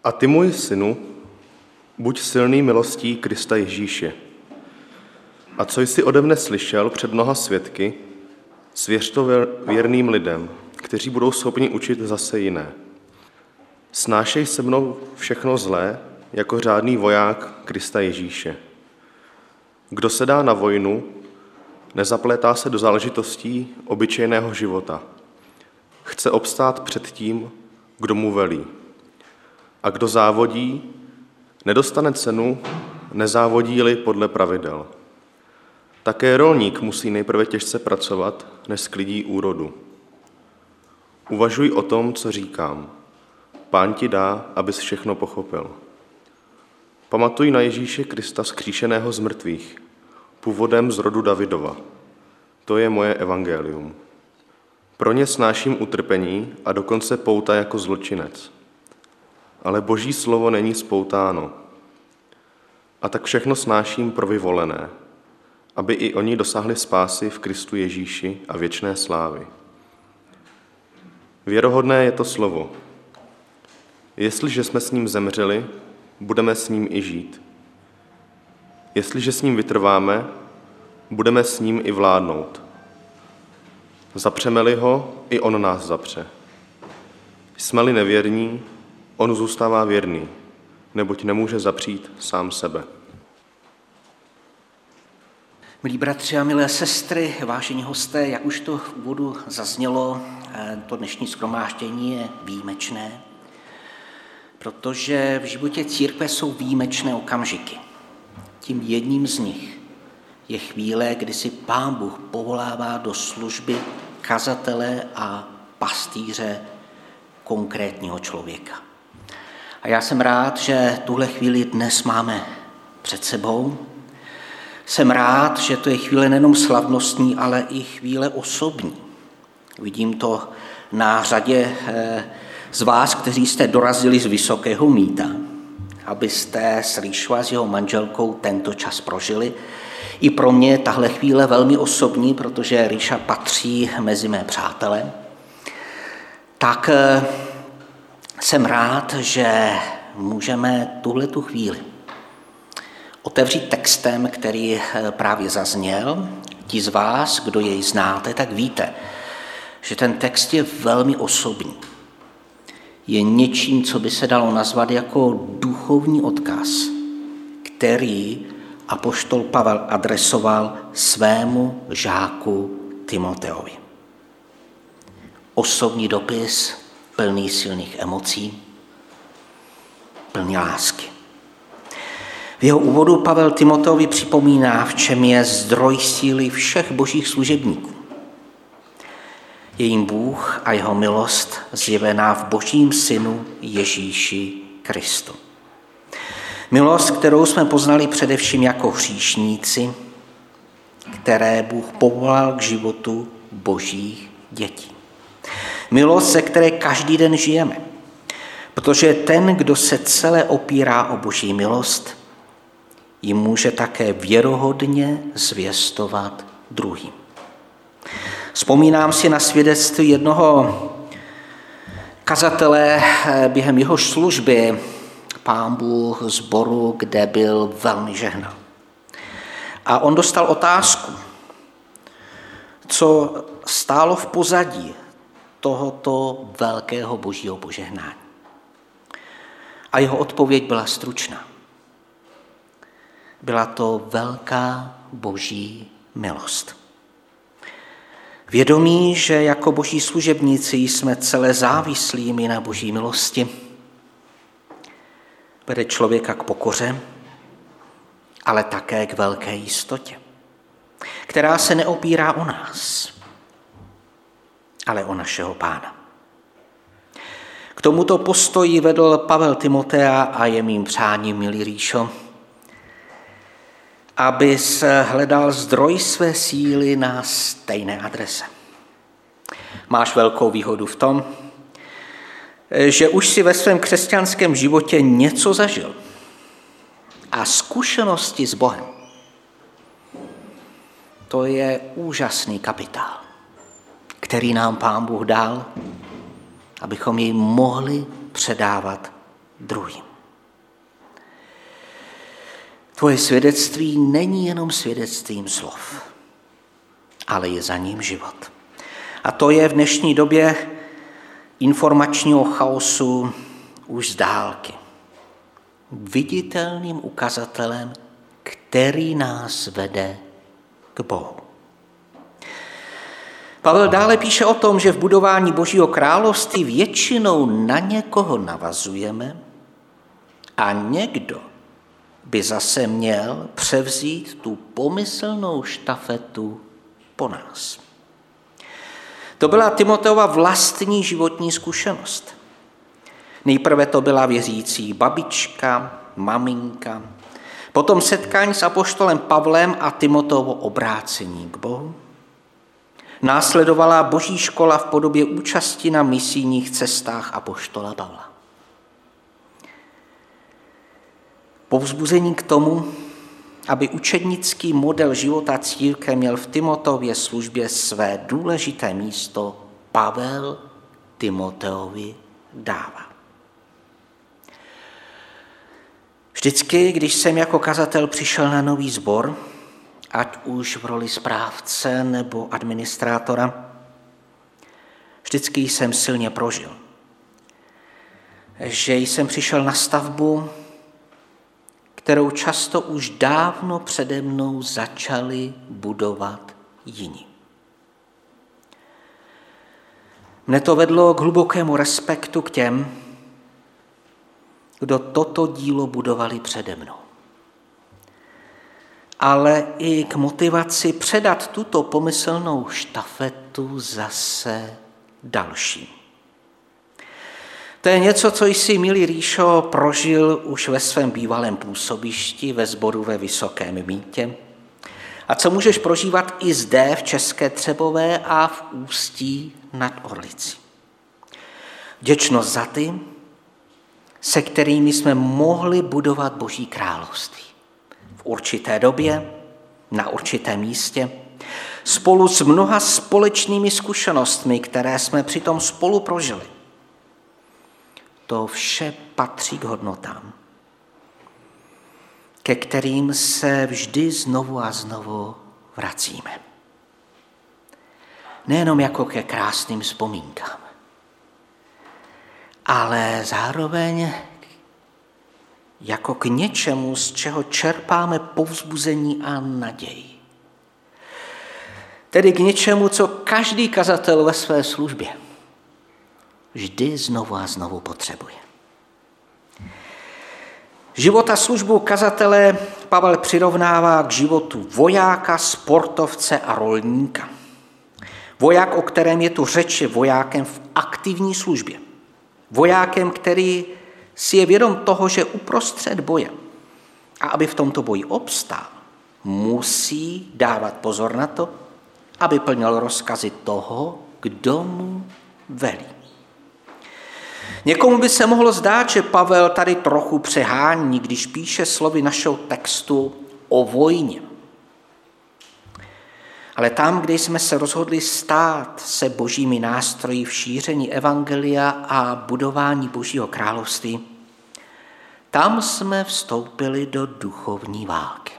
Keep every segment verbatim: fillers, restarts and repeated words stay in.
A ty, můj synu, buď silný milostí Krista Ježíše. A co jsi ode mne slyšel před mnoha svědky, svěř to věrným lidem, kteří budou schopni učit zase jiné. Snášej se mnou všechno zlé, jako řádný voják Krista Ježíše. Kdo se dá na vojnu, nezaplétá se do záležitostí obyčejného života. Chce obstát před tím, kdo mu velí. A kdo závodí, nedostane cenu, nezávodí-li podle pravidel. Také rolník musí nejprve těžce pracovat, než sklidí úrodu. Uvažuj o tom, co říkám. Pán ti dá, abys všechno pochopil. Pamatuj na Ježíše Krista vzkříšeného z mrtvých, původem z rodu Davidova. To je moje evangelium. Pro ně snáším utrpení a dokonce pouta jako zločinec. Ale Boží slovo není spoutáno. A tak všechno snáším pro vyvolené, aby i oni dosáhli spásy v Kristu Ježíši a věčné slávy. Věrohodné je to slovo. Jestliže jsme s ním zemřeli, budeme s ním i žít. Jestliže s ním vytrváme, budeme s ním i vládnout. Zapřeme-li ho, i on nás zapře. Jsme-li nevěrní, on zůstává věrný, neboť nemůže zapřít sám sebe. Milí bratři a milé sestry, vážení hosté, jak už to v úvodu zaznělo, to dnešní shromáždění je výjimečné, protože v životě církve jsou výjimečné okamžiky. Tím jedním z nich je chvíle, kdy si Pán Bůh povolává do služby kazatele a pastýře konkrétního člověka. A já jsem rád, že tuhle chvíli dnes máme před sebou. Jsem rád, že to je chvíle nejenom slavnostní, ale i chvíle osobní. Vidím to na řadě z vás, kteří jste dorazili z Vysokého Mýta, abyste s Ríšou a s jeho manželkou tento čas prožili. I pro mě je tahle chvíle velmi osobní, protože Ríša patří mezi mé přátele. Tak jsem rád, že můžeme tuhletu chvíli otevřít textem, který právě zazněl. Ti z vás, kdo jej znáte, tak víte, že ten text je velmi osobní. Je něčím, co by se dalo nazvat jako duchovní odkaz, který apoštol Pavel adresoval svému žáku Timoteovi. Osobní dopis plný silných emocí, plný lásky. V jeho úvodu Pavel Timoteovi připomíná, v čem je zdroj síly všech božích služebníků. Je jim Bůh a jeho milost zjevená v Božím synu Ježíši Kristu. Milost, kterou jsme poznali především jako hříšníci, které Bůh povolal k životu božích dětí. Milost, ze které každý den žijeme, protože ten, kdo se celé opírá o boží milost, ji může také věrohodně zvěstovat druhým. Vzpomínám si na svědectví jednoho kazatele během jehož služby Pán Bůh sboru, kde byl velmi žehnal. A on dostal otázku, co stálo v pozadí tohoto velkého božího požehnání. A jeho odpověď byla stručná. Byla to velká boží milost. Vědomí, že jako boží služebníci jsme celé závislými na boží milosti, vede člověka k pokoře, ale také k velké jistotě, která se neopírá o nás, ale o našeho Pána. K tomuto postoji vedl Pavel Timotea a je mým přáním, milý Ríšo, abys hledal zdroj své síly na stejné adrese. Máš velkou výhodu v tom, že už si ve svém křesťanském životě něco zažil. A zkušenosti s Bohem, to je úžasný kapitál, který nám Pán Bůh dal, abychom jej mohli předávat druhým. Tvoje svědectví není jenom svědectvím slov, ale je za ním život. A to je v dnešní době informačního chaosu už z dálky viditelným ukazatelem, který nás vede k Bohu. Pavel dále píše o tom, že v budování Božího království většinou na někoho navazujeme a někdo by zase měl převzít tu pomyslnou štafetu po nás. To byla Timoteova vlastní životní zkušenost. Nejprve to byla věřící babička, maminka, potom setkání s apoštolem Pavlem a Timoteovo obrácení k Bohu. Následovala Boží škola v podobě účasti na misijních cestách apoštola Pavla. Povzbuzení k tomu, aby učednický model života církve měl v Timoteově službě své důležité místo, Pavel Timoteovi dává. Vždycky, když jsem jako kazatel přišel na nový sbor, ať už v roli správce nebo administrátora, vždycky jsem silně prožil, že jsem přišel na stavbu, kterou často už dávno přede mnou začali budovat jiní. Mne to vedlo k hlubokému respektu k těm, kdo toto dílo budovali přede mnou. Ale i k motivaci předat tuto pomyslnou štafetu zase dalším. To je něco, co jsi, milý Ríšo, prožil už ve svém bývalém působišti ve sboru ve Vysokém Mýtě a co můžeš prožívat i zde v České Třebové a v Ústí nad Orlicí. Vděčnost za ty, se kterými jsme mohli budovat Boží království. V určité době, na určitém místě, spolu s mnoha společnými zkušenostmi, které jsme přitom spolu prožili. To vše patří k hodnotám, ke kterým se vždy znovu a znovu vracíme. Nejenom jako ke krásným vzpomínkám, ale zároveň jako k něčemu, z čeho čerpáme povzbuzení a naději. Tedy k něčemu, co každý kazatel ve své službě vždy znovu a znovu potřebuje. Život a službu kazatele Pavel přirovnává k životu vojáka, sportovce a rolníka. Voják, o kterém je tu řeč, je vojákem v aktivní službě. Vojákem, který si je vědom toho, že uprostřed boje a aby v tomto boji obstál, musí dávat pozor na to, aby plnil rozkazy toho, kdo mu velí. Někomu by se mohlo zdát, že Pavel tady trochu přehání, když píše slovy našeho textu o vojně. Ale tam, kde jsme se rozhodli stát se božími nástroji v šíření evangelia a budování Božího království, tam jsme vstoupili do duchovní války.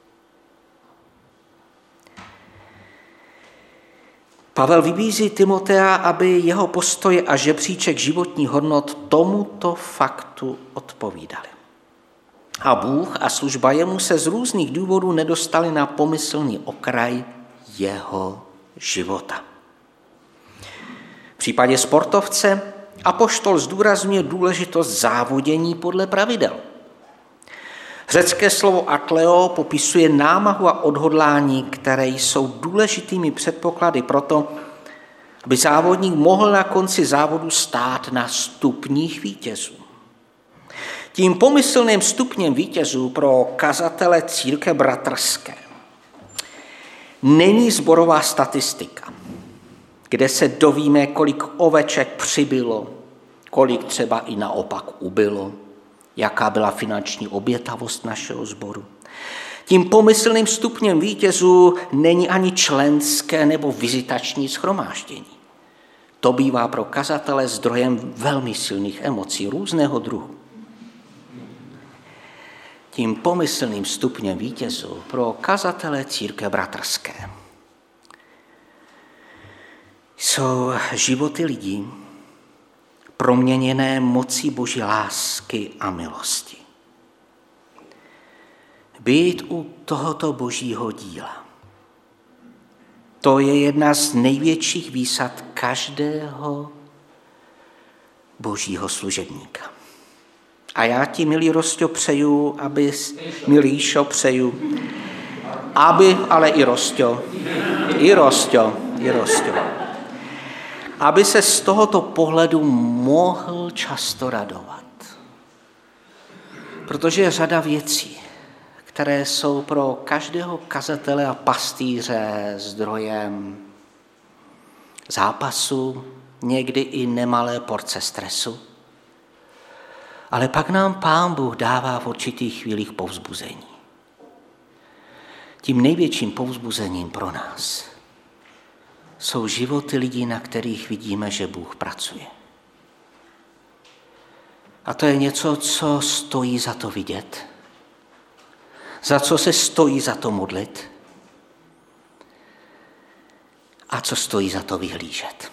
Pavel vybízí Timotea, aby jeho postoje a žebříček životních hodnot tomuto faktu odpovídali. A Bůh a služba jemu se z různých důvodů nedostali na pomyslný okraj jeho života. V případě sportovce apoštol zdůrazňuje důležitost závodění podle pravidel. Řecké slovo atleo popisuje námahu a odhodlání, které jsou důležitými předpoklady pro to, aby závodník mohl na konci závodu stát na stupních vítězů. Tím pomyslným stupněm vítězů pro kazatele církve bratrské není sborová statistika, kde se dovíme, kolik oveček přibylo, kolik třeba i naopak ubylo, jaká byla finanční obětavost našeho sboru. Tím pomyslným stupněm vítězů není ani členské nebo vizitační shromáždění. To bývá pro kazatele zdrojem velmi silných emocí různého druhu. tím pomyslným stupněm vítězů pro kazatele církve bratrské jsou životy lidí proměněné mocí Boží lásky a milosti. Být u tohoto Božího díla, to je jedna z největších výsad každého Božího služebníka. A já ti, milý Rostě, přeju, aby, milý Ríšo, přeju, aby, ale i Rostě, i Rostě, i Rostě, aby se z tohoto pohledu mohl často radovat. Protože je řada věcí, které jsou pro každého kazatele a pastýře zdrojem zápasu, někdy i nemalé porce stresu. Ale pak nám Pán Bůh dává v určitých chvílích povzbuzení. Tím největším povzbuzením pro nás jsou životy lidí, na kterých vidíme, že Bůh pracuje. A to je něco, co stojí za to vidět, za co se stojí za to modlit a co stojí za to vyhlížet.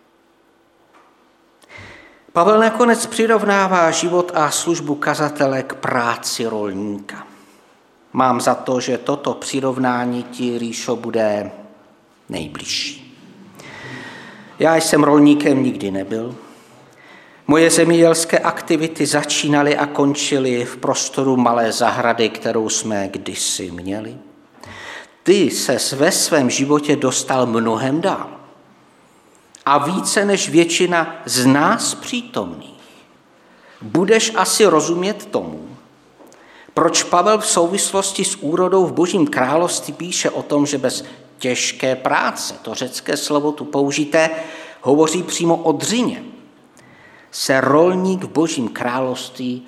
Pavel nakonec přirovnává život a službu kazatele k práci rolníka. Mám za to, že toto přirovnání ti, Ríšo, bude nejbližší. Já jsem rolníkem nikdy nebyl. Moje zemědělské aktivity začínaly a končily v prostoru malé zahrady, kterou jsme kdysi měli. Ty ses ve svém životě dostal mnohem dál. A více než většina z nás přítomných. Budeš asi rozumět tomu, proč Pavel v souvislosti s úrodou v Božím království píše o tom, že bez těžké práce, to řecké slovo tu použité, hovoří přímo o dřině, se rolník v Božím království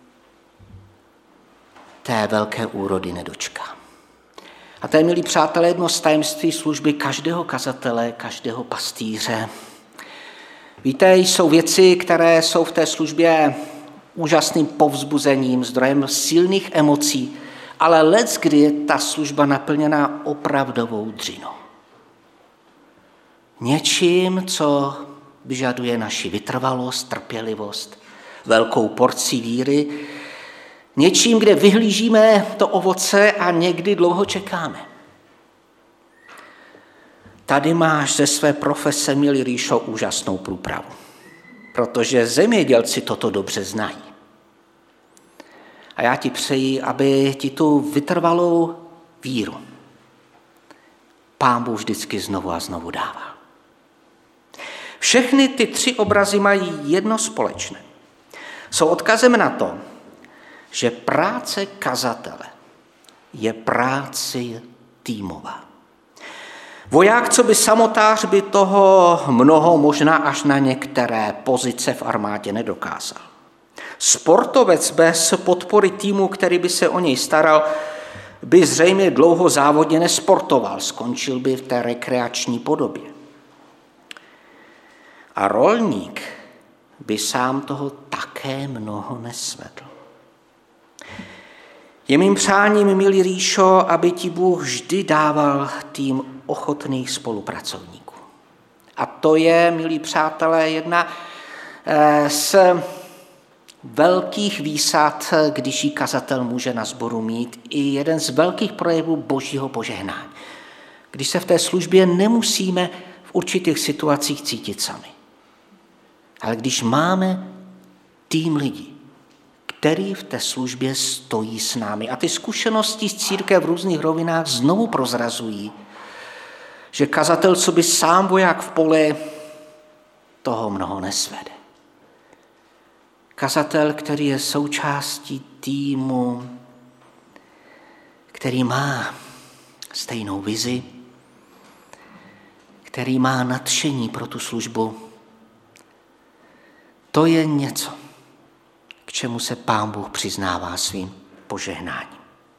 té velké úrody nedočká. A to je, milí přátelé, jedno z tajemství služby každého kazatele, každého pastýře. Víte, jsou věci, které jsou v té službě úžasným povzbuzením, zdrojem silných emocí, ale leckdy je ta služba naplněná opravdovou dřinou. Něčím, co vyžaduje naši vytrvalost, trpělivost, velkou porci víry, něčím, kde vyhlížíme to ovoce a někdy dlouho čekáme. Tady máš ze své profese, milý Ríšo, úžasnou průpravu, protože zemědělci toto dobře znají. A já ti přeji, aby ti tu vytrvalou víru Pán Bůh vždycky znovu a znovu dával. Všechny ty tři obrazy mají jedno společné. Jsou odkazem na to, že práce kazatele je práce týmová. Voják, co by samotář, by toho mnoho, možná až na některé pozice v armádě nedokázal. Sportovec bez podpory týmu, který by se o něj staral, by zřejmě dlouho závodně nesportoval, skončil by v té rekreační podobě. A rolník by sám toho také mnoho nesvedl. Je mým přáním, milý Ríšo, aby ti Bůh vždy dával tým ochotných spolupracovníků. A to je, milí přátelé, jedna z velkých výsad, když ji kazatel může na sboru mít, i jeden z velkých projevů Božího požehnání. Když se v té službě nemusíme v určitých situacích cítit sami. Ale když máme tým lidí, který v té službě stojí s námi. A ty zkušenosti z církve v různých rovinách znovu prozrazují, že kazatel, co by sám voják v poli, toho mnoho nesvede. Kazatel, který je součástí týmu, který má stejnou vizi, který má nadšení pro tu službu, to je něco, k čemu se Pán Bůh přiznává svým požehnáním.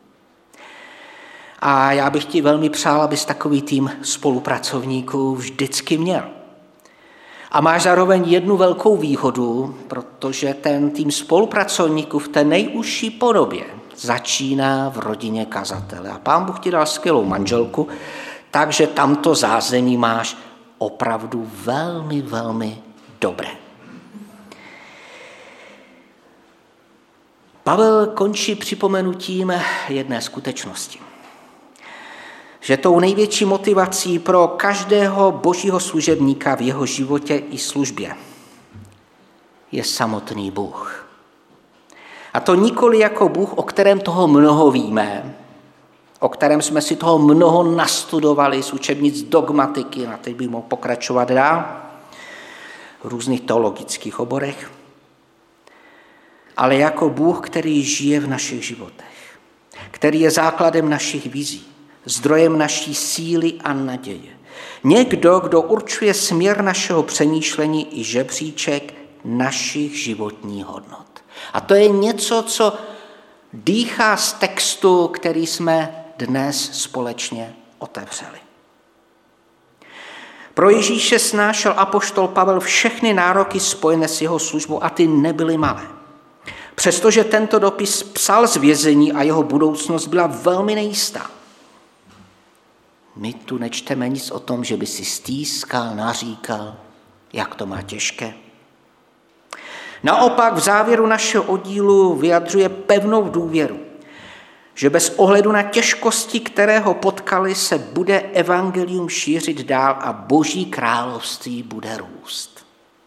A já bych ti velmi přál, abys takový tým spolupracovníků vždycky měl. A máš zároveň jednu velkou výhodu, protože ten tým spolupracovníků v té nejužší podobě začíná v rodině kazatele. A Pán Bůh ti dal skvělou manželku, takže tamto zázemí máš opravdu velmi, velmi dobré. Pavel končí připomenutím jedné skutečnosti. Že tou největší motivací pro každého božího služebníka v jeho životě i službě je samotný Bůh. A to nikoli jako Bůh, o kterém toho mnoho víme, o kterém jsme si toho mnoho nastudovali z učebnic dogmatiky, na teď bych mohl pokračovat dál, v různých teologických oborech, ale jako Bůh, který žije v našich životech, který je základem našich vizí, zdrojem naší síly a naděje. Někdo, kdo určuje směr našeho přemýšlení i žebříček našich životních hodnot. A to je něco, co dýchá z textu, který jsme dnes společně otevřeli. Pro Ježíše snášel apoštol Pavel všechny nároky spojené s jeho službou a ty nebyly malé. Přestože tento dopis psal z vězení a jeho budoucnost byla velmi nejistá. My tu nečteme nic o tom, že by si stýskal, naříkal, jak to má těžké. Naopak v závěru našeho oddílu vyjadřuje pevnou důvěru, že bez ohledu na těžkosti, které ho potkaly, se bude evangelium šířit dál a Boží království bude růst.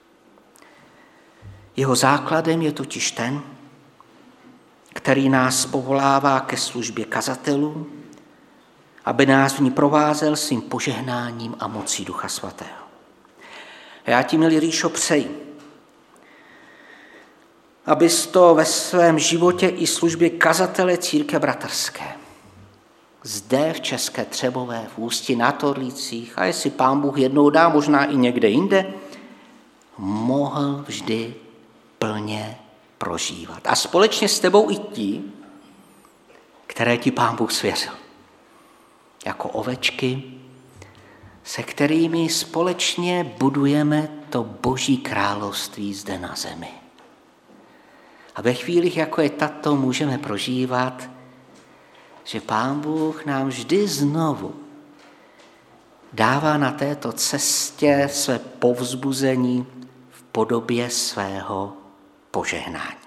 Jeho základem je totiž ten, který nás povolává ke službě kazatelů, aby nás v ní provázel svým požehnáním a mocí Ducha Svatého. A já ti, milý Ríšo, přeji, abys to ve svém životě i službě kazatele církve bratrské, zde v České Třebové, v Ústí nad Orlicích, a jestli Pán Bůh jednou dá, možná i někde jinde, mohl vždy plně prožívat. A společně s tebou i ti, které ti Pán Bůh svěřil. Jako ovečky, se kterými společně budujeme to Boží království zde na zemi. A ve chvílích, jako je tato, můžeme prožívat, že Pán Bůh nám vždy znovu dává na této cestě své povzbuzení v podobě svého požehnání.